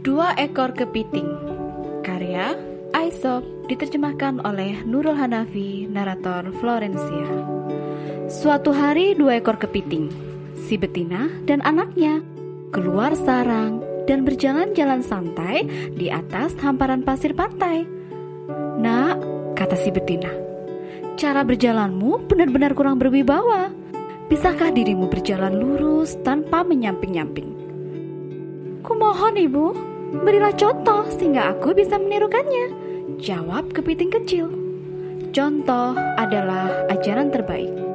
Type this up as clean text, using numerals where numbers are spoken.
Dua ekor kepiting. Karya Aesop, diterjemahkan oleh Nurul Hanafi, narator Florencia. Suatu hari dua ekor kepiting, si betina dan anaknya, keluar sarang dan berjalan-jalan santai di atas hamparan pasir pantai. "Nak," kata si betina, "cara berjalanmu benar-benar kurang berwibawa. Bisakah dirimu berjalan lurus tanpa menyamping-nyamping?" "Kumohon ibu, berilah contoh sehingga aku bisa menirukannya," jawab kepiting kecil. "Contoh adalah ajaran terbaik.